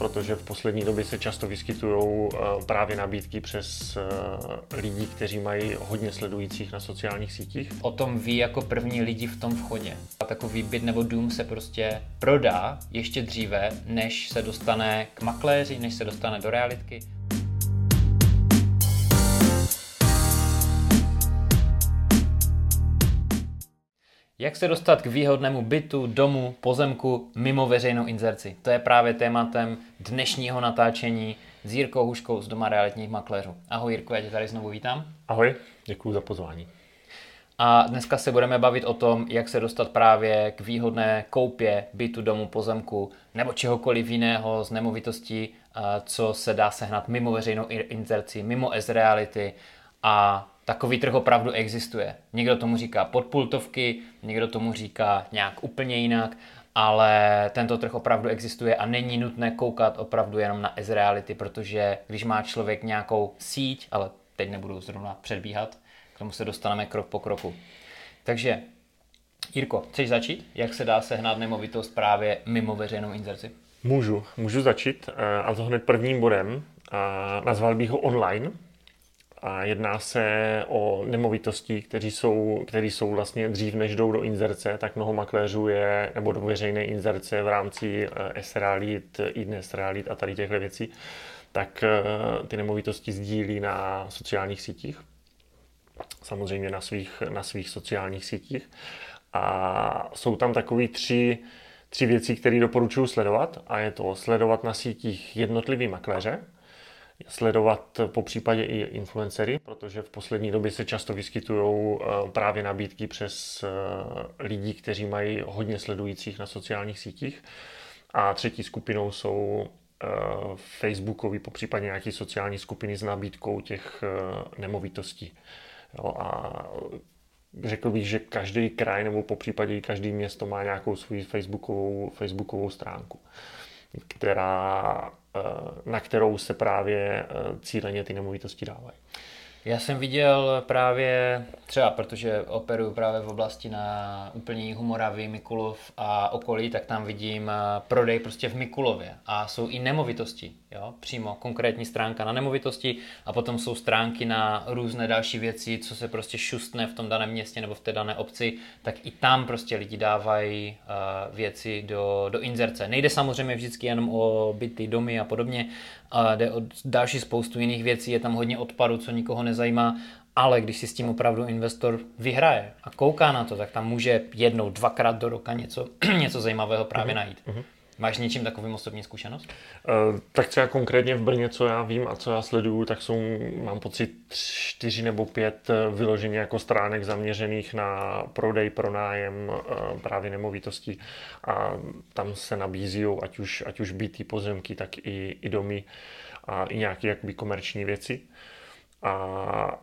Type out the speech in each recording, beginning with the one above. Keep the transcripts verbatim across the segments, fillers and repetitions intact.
protože v poslední době se často vyskytují právě nabídky přes lidi, kteří mají hodně sledujících na sociálních sítích. O tom ví jako první lidi v tom vchodě. A takový byt nebo dům se prostě prodá ještě dříve, než se dostane k makléři, než se dostane do realitky. Jak se dostat k výhodnému bytu, domu, pozemku mimo veřejnou inzerci? To je právě tématem dnešního natáčení s Jirkou Huškou z Doma realitních makléřů. Ahoj Jirko, já tě tady znovu vítám. Ahoj, děkuji za pozvání. A dneska se budeme bavit o tom, jak se dostat právě k výhodné koupě bytu, domu, pozemku nebo čehokoliv jiného z nemovitostí, co se dá sehnat mimo veřejnou inzerci, mimo S-reality. A takový trh opravdu existuje. Někdo tomu říká podpultovky, někdo tomu říká nějak úplně jinak, ale tento trh opravdu existuje a není nutné koukat opravdu jenom na S-reality, protože když má člověk nějakou síť, ale teď nebudu zrovna předbíhat, k tomu se dostaneme krok po kroku. Takže, Jirko, chceš začít? Jak se dá sehnat nemovitost právě mimo veřejnou inzerci? Můžu, můžu začít a to hned prvním bodem. Nazval bych ho online. A jedná se o nemovitosti, které jsou, které jsou vlastně dřív, než jdou do inzerce, tak mnoho makléřů je, nebo do veřejné inzerce v rámci S-realit, iDnes-realit a tady těchto věcí, tak ty nemovitosti sdílí na sociálních sítích. Samozřejmě na svých, na svých sociálních sítích. A jsou tam takové tři, tři věci, které doporučuji sledovat. A je to sledovat na sítích jednotlivý makléře, sledovat po případě i influencery, protože v poslední době se často vyskytují právě nabídky přes lidi, kteří mají hodně sledujících na sociálních sítích. A třetí skupinou jsou facebookové, po případě nějaké sociální skupiny s nabídkou těch nemovitostí. Jo, a řekl bych, že každý kraj nebo po případě každý město má nějakou svou facebookovou, facebookovou stránku, která, na kterou se právě cíleně ty nemovitosti dávají. Já jsem viděl právě, třeba protože operuju právě v oblasti na úplně jihu Moravy, Mikulov a okolí, tak tam vidím prodej prostě v Mikulově a jsou i nemovitosti, jo? Přímo konkrétní stránka na nemovitosti a potom jsou stránky na různé další věci, co se prostě šustne v tom daném městě nebo v té dané obci, tak i tam prostě lidi dávají uh, věci do, do inzerce. Nejde samozřejmě vždycky jenom o byty, domy a podobně, uh, jde o další spoustu jiných věcí, je tam hodně odpadu, co nikoho nezajímá, ale když si s tím opravdu investor vyhraje a kouká na to, tak tam může jednou, dvakrát do roka něco, něco zajímavého právě uh-huh. najít. Uh-huh. Máš něčím takovým osobní zkušenost? Uh, tak třeba konkrétně v Brně, co já vím a co já sleduju, tak jsou, mám pocit, čtyři nebo pět vyloženě jako stránek zaměřených na prodej, pronájem uh, právě nemovitostí. A tam se nabízí ať už, ať už byty, pozemky, tak i, i domy a i nějaké jakoby komerční věci. A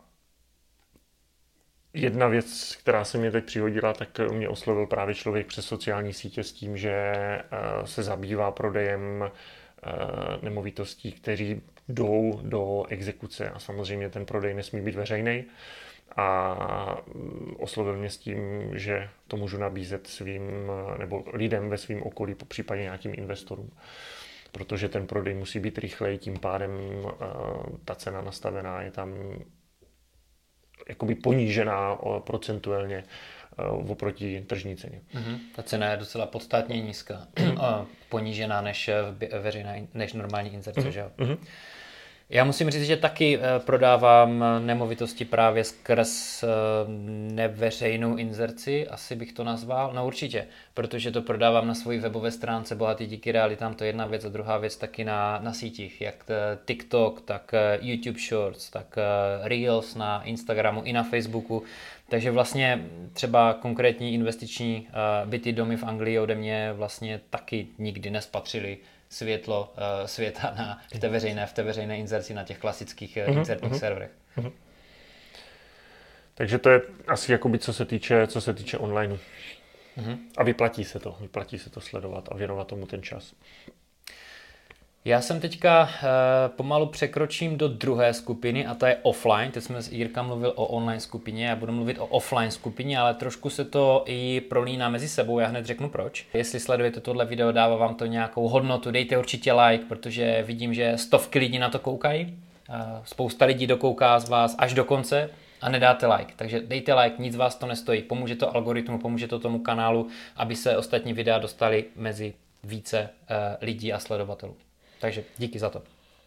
jedna věc, která se mě teď přihodila, tak mě oslovil právě člověk přes sociální sítě s tím, že se zabývá prodejem nemovitostí, kteří jdou do exekuce a samozřejmě ten prodej nesmí být veřejný. A oslovil mě s tím, že to můžu nabízet svým nebo lidem ve svém okolí, popřípadě nějakým investorům. Protože ten prodej musí být rychlej, tím pádem ta cena nastavená je tam jakoby ponížená procentuálně oproti tržní ceně. Mm-hmm. Ta cena je docela podstatně nízká, ponížená než, veřejná, než normální inzerce, mm-hmm. že jo? Mm-hmm. Já musím říct, že taky prodávám nemovitosti právě skrz neveřejnou inzerci, asi bych to nazval, no určitě, protože to prodávám na svojí webové stránce Bohatý díky realitám, to je jedna věc a druhá věc taky na, na sítích, jak TikTok, tak YouTube Shorts, tak Reels na Instagramu i na Facebooku, takže vlastně třeba konkrétní investiční byty, domy v Anglii ode mě vlastně taky nikdy nespatřili světlo uh, světa na, v, té veřejné, v té veřejné inzerci na těch klasických uh, inzertních uh-huh. serverech. Uh-huh. Takže to je asi jakoby, co se týče, co se týče online. Uh-huh. A vyplatí se to, vyplatí se to sledovat a věnovat tomu ten čas. Já jsem teďka uh, pomalu překročím do druhé skupiny a to je offline. Teď jsme s Jirka mluvil o online skupině, já budu mluvit o offline skupině, ale trošku se to i prolíná mezi sebou, já hned řeknu proč. Jestli sledujete tohle video, dává vám to nějakou hodnotu, dejte určitě like, protože vidím, že stovky lidí na to koukají. Uh, spousta lidí dokouká z vás až do konce a nedáte like, takže dejte like, nic vás to nestojí, pomůže to algoritmu, pomůže to tomu kanálu, aby se ostatní videa dostaly mezi více uh, lidí a sledovatelů. Takže díky za to.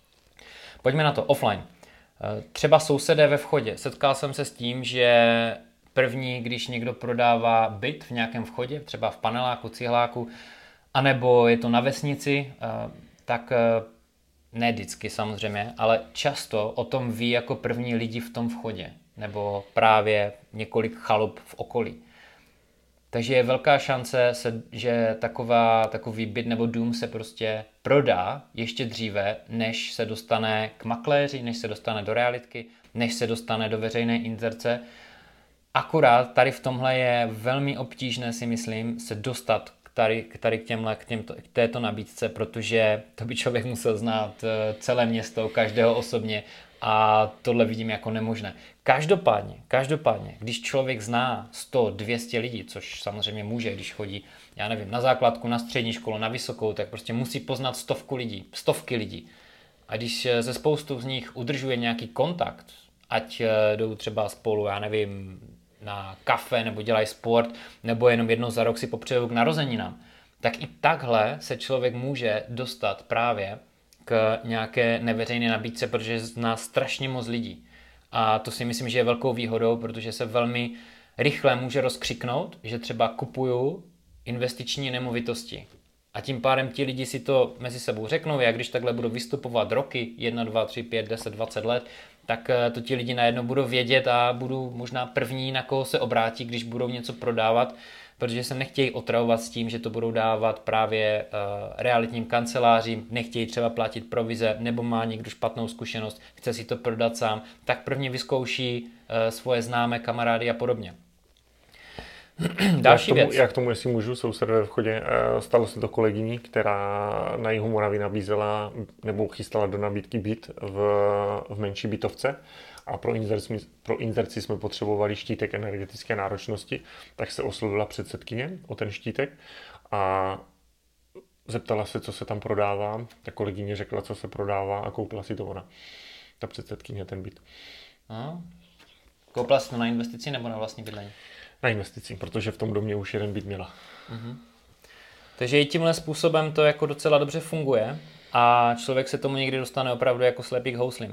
Pojďme na to, offline. Třeba sousedé ve vchodě. Setkal jsem se s tím, že první, když někdo prodává byt v nějakém vchodě, třeba v paneláku, cihláku, anebo je to na vesnici, tak ne vždycky samozřejmě, ale často o tom ví jako první lidi v tom vchodě, nebo právě několik chalup v okolí. Takže je velká šance, se, že taková, takový byt nebo dům se prostě prodá ještě dříve, než se dostane k makléři, než se dostane do realitky, než se dostane do veřejné inzerce. Akorát tady v tomhle je velmi obtížné, si myslím, se dostat k tady, k tady k, těmhle, k, těmto, k této nabídce, protože to by člověk musel znát celé město, každého osobně a tohle vidím jako nemožné. Každopádně, každopádně, když člověk zná sto dvě stě lidí, což samozřejmě může, když chodí, já nevím, na základku, na střední školu, na vysokou, tak prostě musí poznat stovku lidí, stovky lidí. A když se spoustu z nich udržuje nějaký kontakt, ať jdou třeba spolu, já nevím, na kafe, nebo dělají sport, nebo jenom jednou za rok si popřejou k narozeninám, tak i takhle se člověk může dostat právě k nějaké neveřejné nabídce, protože zná strašně moc lidí. A to si myslím, že je velkou výhodou, protože se velmi rychle může rozkřiknout, že třeba kupuju investiční nemovitosti. A tím pádem ti lidi si to mezi sebou řeknou, já když takhle budu vystupovat roky, jedna, dva, tři, pět, deset, dvacet let, tak to ti lidi najednou budou vědět a budu možná první, na koho se obrátí, když budou něco prodávat, protože se nechtějí otravovat s tím, že to budou dávat právě uh, realitním kancelářím, nechtějí třeba platit provize, nebo má někdo špatnou zkušenost, chce si to prodat sám, tak prvně vyzkouší uh, svoje známé kamarády a podobně. Další já k tomu, věc. Já k tomu, jestli můžu, soused ve vchodě, stalo se to kolegyní, která na jihu Moravy nabízela nebo chystala do nabídky byt v, v menší bytovce a pro inzerci, pro inzerci jsme potřebovali štítek energetické náročnosti, tak se oslovila předsedkyně o ten štítek a zeptala se, co se tam prodává. Ta kolegyně řekla, co se prodává a koupila si to ona. Ta předsedkyně ten byt. Aha. Koupila jsi to na investici nebo na vlastní bydlení? Na investici, protože v tom domě už jeden byt měla. Uh-huh. Takže i tímhle způsobem to jako docela dobře funguje a člověk se tomu někdy dostane opravdu jako slepý k houslím. Uh,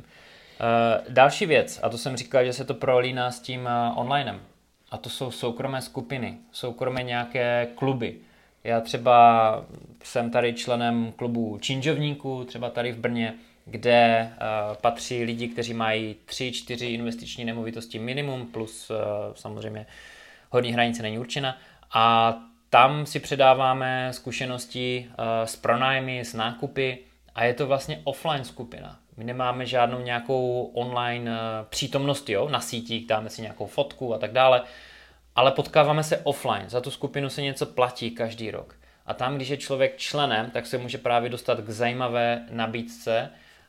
další věc, a to jsem říkal, že se to prolíná s tím uh, onlinem, a to jsou soukromé skupiny, soukromé nějaké kluby. Já třeba jsem tady členem klubu činžovníků, třeba tady v Brně, kde uh, patří lidi, kteří mají tři, čtyři investiční nemovitosti minimum, plus uh, samozřejmě horní hranice není určena. A tam si předáváme zkušenosti uh, s pronájmy, s nákupy a je to vlastně offline skupina. My nemáme žádnou nějakou online uh, přítomnost, jo, na sítích, dáme si nějakou fotku a tak dále, ale potkáváme se offline. Za tu skupinu se něco platí každý rok. A tam, když je člověk členem, tak se může právě dostat k zajímavé nabídce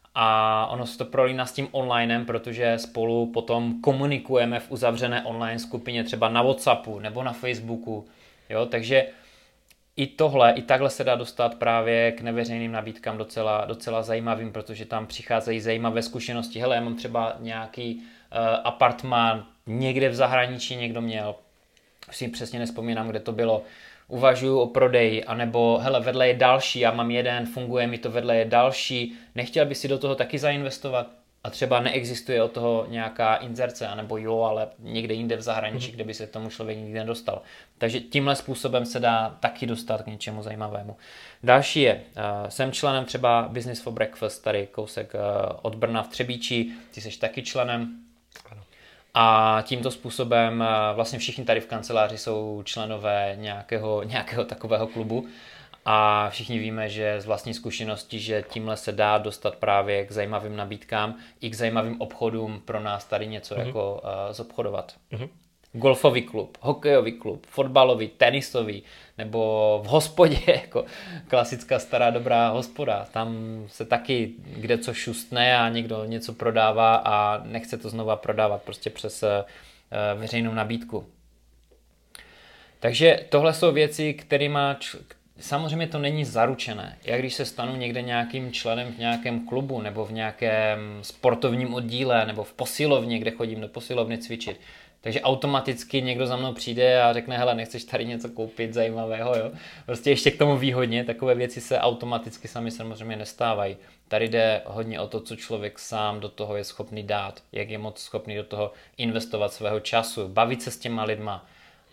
a ono se to prolíná s tím onlinem, protože spolu potom komunikujeme v uzavřené online skupině, třeba na WhatsAppu nebo na Facebooku. Jo? Takže i tohle, i takhle se dá dostat právě k neveřejným nabídkám docela, docela zajímavým, protože tam přicházejí zajímavé zkušenosti. Hele, já mám třeba nějaký uh, apartmán někde v zahraničí někdo měl, už si přesně nespomínám, kde to bylo, uvažuju o prodeji, anebo hele, vedle je další, já mám jeden, funguje mi to, vedle je další, nechtěl by si do toho taky zainvestovat a třeba neexistuje od toho nějaká inzerce, anebo jo, ale někde jinde v zahraničí, kde by se tomu člověk nikdy nedostal. Takže tímhle způsobem se dá taky dostat k něčemu zajímavému. Další je, uh, jsem členem třeba Business for Breakfast, tady kousek uh, od Brna v Třebíči, ty jsi taky členem. A tímto způsobem vlastně všichni tady v kanceláři jsou členové nějakého, nějakého takového klubu a všichni víme, že z vlastní zkušenosti, že tímhle se dá dostat právě k zajímavým nabídkám i k zajímavým obchodům pro nás tady něco mm-hmm. jako uh, zobchodovat. Mm-hmm. golfový klub, hokejový klub, fotbalový, tenisový, nebo v hospodě, jako klasická stará dobrá hospoda. Tam se taky kde co šustne a někdo něco prodává a nechce to znova prodávat prostě přes veřejnou nabídku. Takže tohle jsou věci, kterými samozřejmě to není zaručené. Já když se stanu někde nějakým členem v nějakém klubu nebo v nějakém sportovním oddíle nebo v posilovně, kde chodím do posilovny cvičit, takže automaticky někdo za mnou přijde a řekne, hele, nechceš tady něco koupit zajímavého, jo? Prostě ještě k tomu výhodně, takové věci se automaticky sami samozřejmě nestávají. Tady jde hodně o to, co člověk sám do toho je schopný dát, jak je moc schopný do toho investovat svého času, bavit se s těma lidma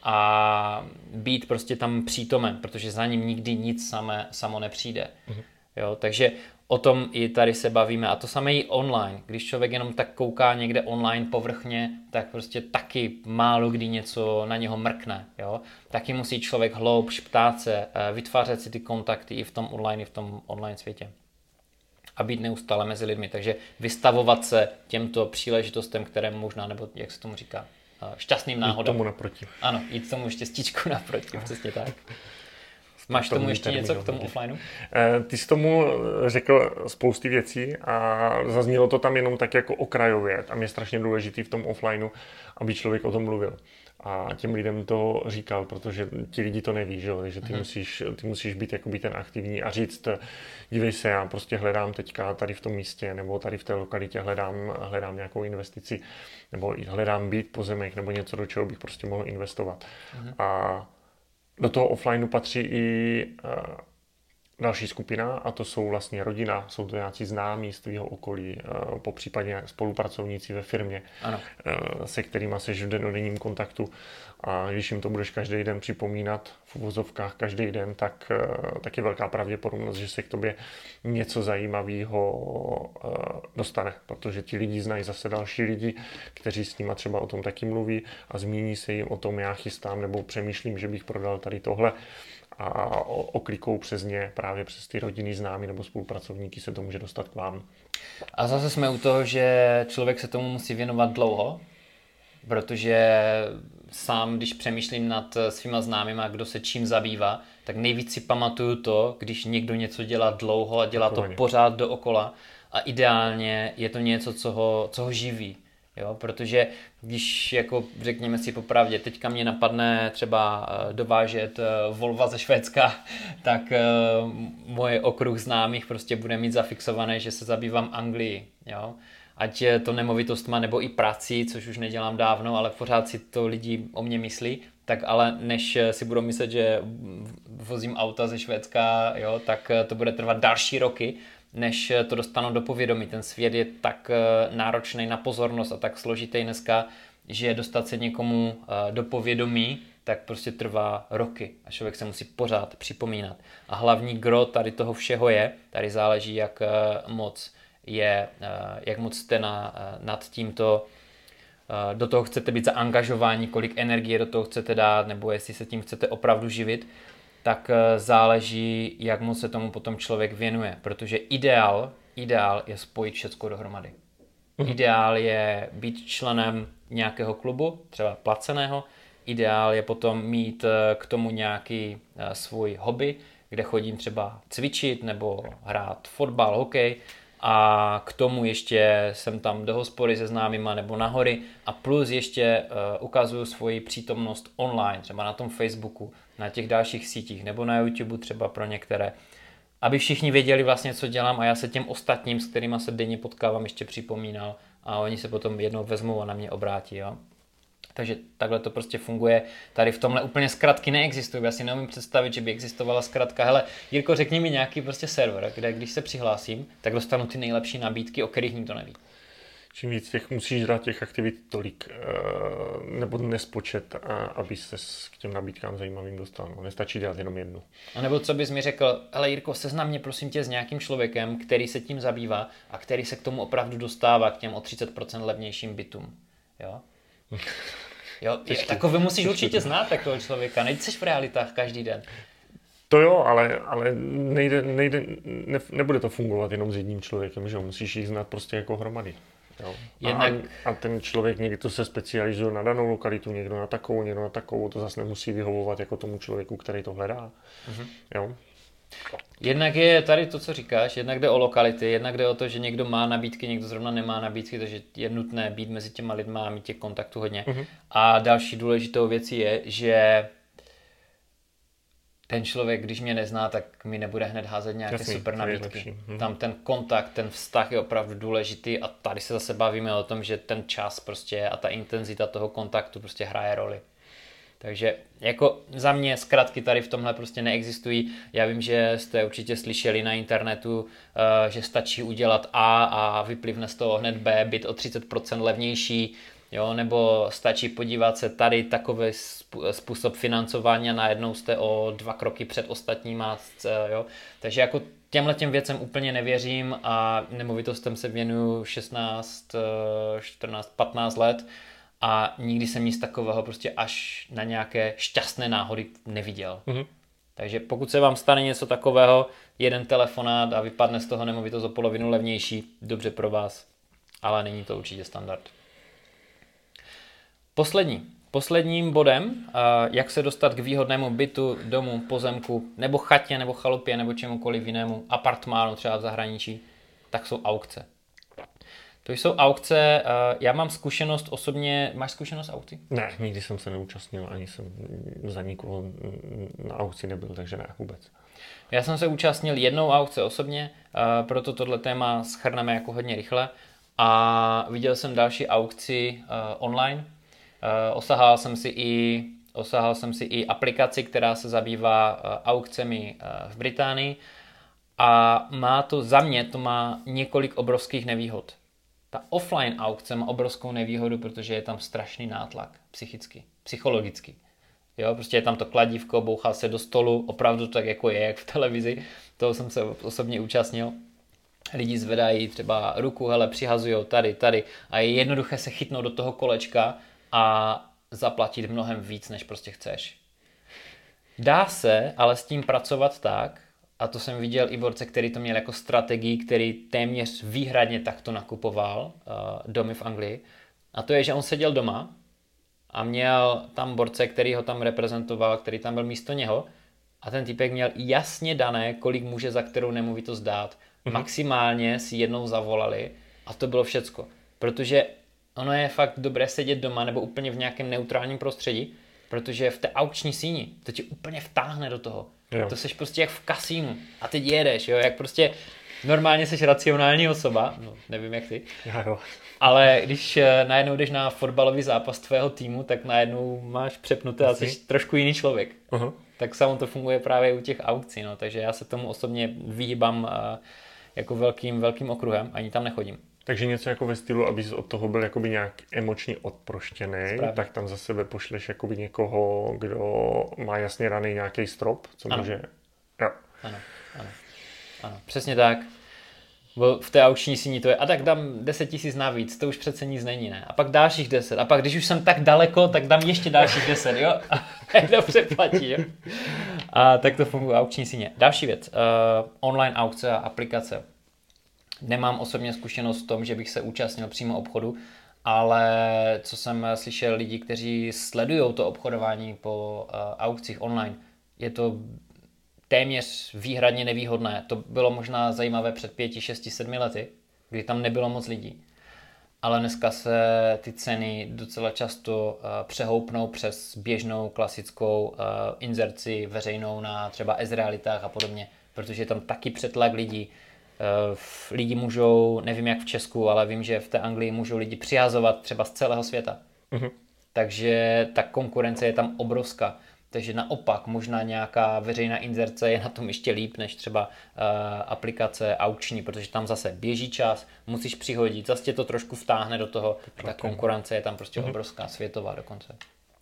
a být prostě tam přítomen, protože za ním nikdy nic samé, samo nepřijde. Mhm. Jo? Takže o tom i tady se bavíme a to samé i online. Když člověk jenom tak kouká někde online povrchně, tak prostě taky málo kdy něco na něho mrkne. Jo? Taky musí člověk hloubš ptát se, vytvářet si ty kontakty i v tom online, i v tom online světě. A být neustále mezi lidmi. Takže vystavovat se těmto příležitostem, které možná, nebo jak se tomu říká, šťastným náhodám. Jít tomu naproti. Ano, jít tomu štěstíčku naproti, přesně tak. Máš tomu ještě něco k tomu offlineu? Ty jsi tomu řekl spousty věcí a zaznělo to tam jenom tak jako okrajově. Tam je strašně důležitý v tom offlineu, aby člověk o tom mluvil. A těm lidem to říkal, protože ti lidi to neví, že, že ty, hmm. musíš, ty musíš být jakoby ten aktivní a říct, dívej se, já prostě hledám teďka tady v tom místě nebo tady v té lokalitě hledám, hledám nějakou investici nebo hledám byt, pozemek nebo něco, do čeho bych prostě mohl investovat. Hmm. A do toho offlineu patří i uh, další skupina a to jsou vlastně rodina, jsou to nějací známí z tvýho okolí, uh, popřípadně spolupracovníci ve firmě, ano. Uh, se kterými seš v dennodenním kontaktu a když jim to budeš každý den připomínat v uvozovkách každý den, tak, uh, tak je velká pravděpodobnost, že se k tobě něco zajímavého uh, dostane, protože ti lidi znají zase další lidi, kteří s nima třeba o tom taky mluví a zmíní se jim o tom, já chystám nebo přemýšlím, že bych prodal tady tohle a oklikou přes ně, právě přes ty rodiny, známí nebo spolupracovníky se to může dostat k vám. A zase jsme u toho, že člověk se tomu musí věnovat dlouho, protože sám, když přemýšlím nad svýma znávýma, kdo se čím zabývá, tak nejvíc si pamatuju to, když někdo něco dělá dlouho a dělá to pořád dookola a ideálně je to něco, co ho, co ho živí. Jo, protože když, jako řekněme si popravdě, teďka mě napadne třeba dovážet Volva ze Švédska, tak moje okruh známých prostě bude mít zafixované, že se zabývám Anglii. Jo? Ať je to nemovitostma nebo i prací, což už nedělám dávno, ale pořád si to lidi o mě myslí, tak ale než si budou myslet, že vozím auta ze Švédska, jo, tak to bude trvat další roky, než to dostanou do povědomí. Ten svět je tak náročný na pozornost a tak složitý dneska, že dostat se někomu do povědomí, tak prostě trvá roky a člověk se musí pořád připomínat. A hlavní gro tady toho všeho je, tady záleží, jak moc je, jak moc jste na, nad tímto, do toho chcete být zaangažováni, kolik energie do toho chcete dát, nebo jestli se tím chcete opravdu živit, tak záleží, jak moc se tomu potom člověk věnuje. Protože ideál, ideál je spojit všecko dohromady. Uh-huh. Ideál je být členem nějakého klubu, třeba placeného. Ideál je potom mít k tomu nějaký svůj hobby, kde chodím třeba cvičit nebo hrát fotbal, hokej. A k tomu ještě jsem tam do hospody se známýma nebo na hory a plus ještě uh, ukazuju svoji přítomnost online, třeba na tom Facebooku, na těch dalších sítích nebo na YouTube třeba pro některé, aby všichni věděli vlastně, co dělám a já se těm ostatním, s kterými se denně potkávám, ještě připomínal a oni se potom jednou vezmou a na mě obrátí. Jo? Takže takhle to prostě funguje. Tady v tomhle úplně zkratky neexistují. Já si neumím představit, že by existovala zkratka. Hele, Jirko, řekni mi nějaký prostě server, kde když se přihlásím, tak dostanu ty nejlepší nabídky, o kterých nikdo neví. Čím víc těch musíš dát těch aktivit tolik, nebo nespočet, aby se k těm nabídkám zajímavým dostal. No, nestačí dělat jenom jednu. A nebo co bys mi řekl, hele Jirko, seznam mě prosím tě s nějakým člověkem, který se tím zabývá a který se k tomu opravdu dostává, k těm o třicet procent levnějším bytům. Jo? Jo, takové musíš určitě znát takového člověka, nejseš v realitách každý den. To jo, ale, ale nejde, nejde, ne, nebude to fungovat jenom s jedním člověkem, že jo? Musíš jich znát prostě jako hromady. Jo. Jednak... A, a ten člověk někdy to se specializuje na danou lokalitu, někdo na takovou, někdo na takovou, to zase nemusí vyhovovat jako tomu člověku, který to hledá. Mm-hmm. Jo. Jednak je tady to, co říkáš, jednak jde o lokality, jednak jde o to, že někdo má nabídky, někdo zrovna nemá nabídky, takže je nutné být mezi těma lidma a mít těch kontaktů hodně. Mm-hmm. A další důležitou věcí je, že ten člověk, když mě nezná, tak mi nebude hned házet nějaké Jasný, super nabídky. Mm-hmm. Tam ten kontakt, ten vztah je opravdu důležitý a tady se zase bavíme o tom, že ten čas prostě a ta intenzita toho kontaktu prostě hraje roli. Takže jako za mě zkratky tady v tomhle prostě neexistují. Já vím, že jste určitě slyšeli na internetu, že stačí udělat A a vyplivne z toho hned B, být o třicet procent levnější, jo, nebo stačí podívat se tady takový způsob financování a najednou jste o dva kroky před ostatníma, jo. Takže jako těmhle těm věcem úplně nevěřím a nemovitostem se věnuju šestnáct, čtrnáct, patnáct let. A nikdy jsem nic takového prostě až na nějaké šťastné náhody neviděl. Mm-hmm. Takže pokud se vám stane něco takového, jeden telefonát a vypadne z toho nemovitost o polovinu levnější, dobře pro vás, ale není to určitě standard. Poslední. Posledním bodem, jak se dostat k výhodnému bytu, domu, pozemku, nebo chatě, nebo chalupě, nebo čemukoliv jinému, apartmánu třeba v zahraničí, tak jsou aukce. To jsou aukce, já mám zkušenost osobně, máš zkušenost aukcí? Ne, nikdy jsem se neúčastnil, ani jsem za nikoho na aukci nebyl, takže ne, vůbec. Já jsem se účastnil jednou aukce osobně, proto tohle téma shrneme jako hodně rychle a viděl jsem další aukci online. Osahal jsem si i, osahal jsem si i aplikaci, která se zabývá aukcemi v Británii a má to, za mě to má několik obrovských nevýhod. Ta offline aukce má obrovskou nevýhodu, protože je tam strašný nátlak psychicky, psychologicky. Jo, prostě je tam to kladívko, bouchá se do stolu, opravdu tak jako je, jak v televizi. Toho jsem se osobně účastnil. Lidi zvedají třeba ruku, hele, přihazujou tady, tady a je jednoduché se chytnout do toho kolečka a zaplatit mnohem víc, než prostě chceš. Dá se ale s tím pracovat tak, a to jsem viděl i borce, který to měl jako strategii, který téměř výhradně takto nakupoval uh, domy v Anglii. A to je, že on seděl doma a měl tam borce, který ho tam reprezentoval, který tam byl místo něho. A ten týpek měl jasně dané, kolik může za kterou nemovitost dát. Mm-hmm. Maximálně si jednou zavolali a to bylo všecko. Protože ono je fakt dobré sedět doma nebo úplně v nějakém neutrálním prostředí, protože v té aukční síni to tě úplně vtáhne do toho. Jo. To seš prostě jak v kasínu a teď jedeš, jo, jak prostě normálně seš racionální osoba, no nevím jak ty, já jo. Ale když najednou jdeš na fotbalový zápas tvého týmu, tak najednou máš přepnuté a jsi trošku jiný člověk. Uh-huh. Tak samo to funguje právě u těch aukcí, no, takže já se tomu osobně vyhýbám uh, jako velkým, velkým okruhem, ani tam nechodím. Takže něco jako ve stylu, abys od toho byl jakoby nějak emočně odproštěný, Správně. Tak tam za sebe pošleš jakoby někoho, kdo má jasně daný nějaký strop, co ano. může... Jo. Ano, ano, ano, přesně tak. V té aukční síni to je, a tak dám deset tisíc navíc, to už přece nic není, ne? A pak dalších deset, a pak když už jsem tak daleko, tak dám ještě dalších deset, jo? A to přeplatí, jo? A tak to funguje aukční síně. Další věc, uh, online aukce a aplikace. Nemám osobně zkušenost v tom, že bych se účastnil přímo obchodu, ale co jsem slyšel lidi, kteří sledují to obchodování po uh, aukcích online, je to téměř výhradně nevýhodné. To bylo možná zajímavé před pěti, šesti, sedmi lety, kdy tam nebylo moc lidí. Ale dneska se ty ceny docela často uh, přehoupnou přes běžnou klasickou uh, inzerci veřejnou na třeba e-realitách a podobně, protože je tam taky přetlak lidí. Uh, lidi můžou, nevím jak v Česku, ale vím, že v té Anglii můžou lidi přihazovat třeba z celého světa. Uh-huh. Takže ta konkurence je tam obrovská. Takže naopak možná nějaká veřejná inzerce je na tom ještě líp než třeba uh, aplikace aukční, protože tam zase běží čas, musíš přihodit, zase tě to trošku vtáhne do toho, ta konkurence je tam prostě mm-hmm. obrovská, světová dokonce.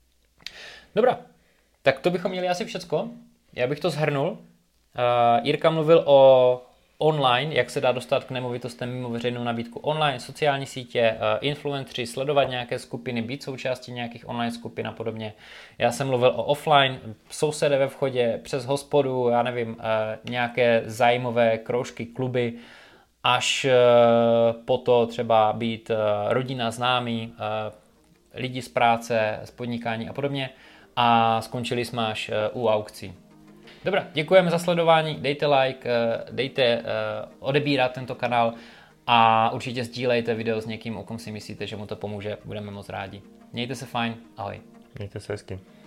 Dobrá, tak to bychom měli asi všecko. Já bych to shrnul. Uh, Jirka mluvil o online, jak se dá dostat k nemovitostem mimo veřejnou nabídku online, sociální sítě, influenceri, sledovat nějaké skupiny, být součástí nějakých online skupin a podobně. Já jsem mluvil o offline, sousede ve vchodě, přes hospodu, já nevím, nějaké zájmové kroužky, kluby až po to třeba být rodina, známí, lidi z práce, z podnikání a podobně. A skončili jsme až u aukcí. Dobrá, děkujeme za sledování, dejte like, dejte odebírat tento kanál a určitě sdílejte video s někým, o kom si myslíte, že mu to pomůže, budeme moc rádi. Mějte se fajn, ahoj. Mějte se hezky.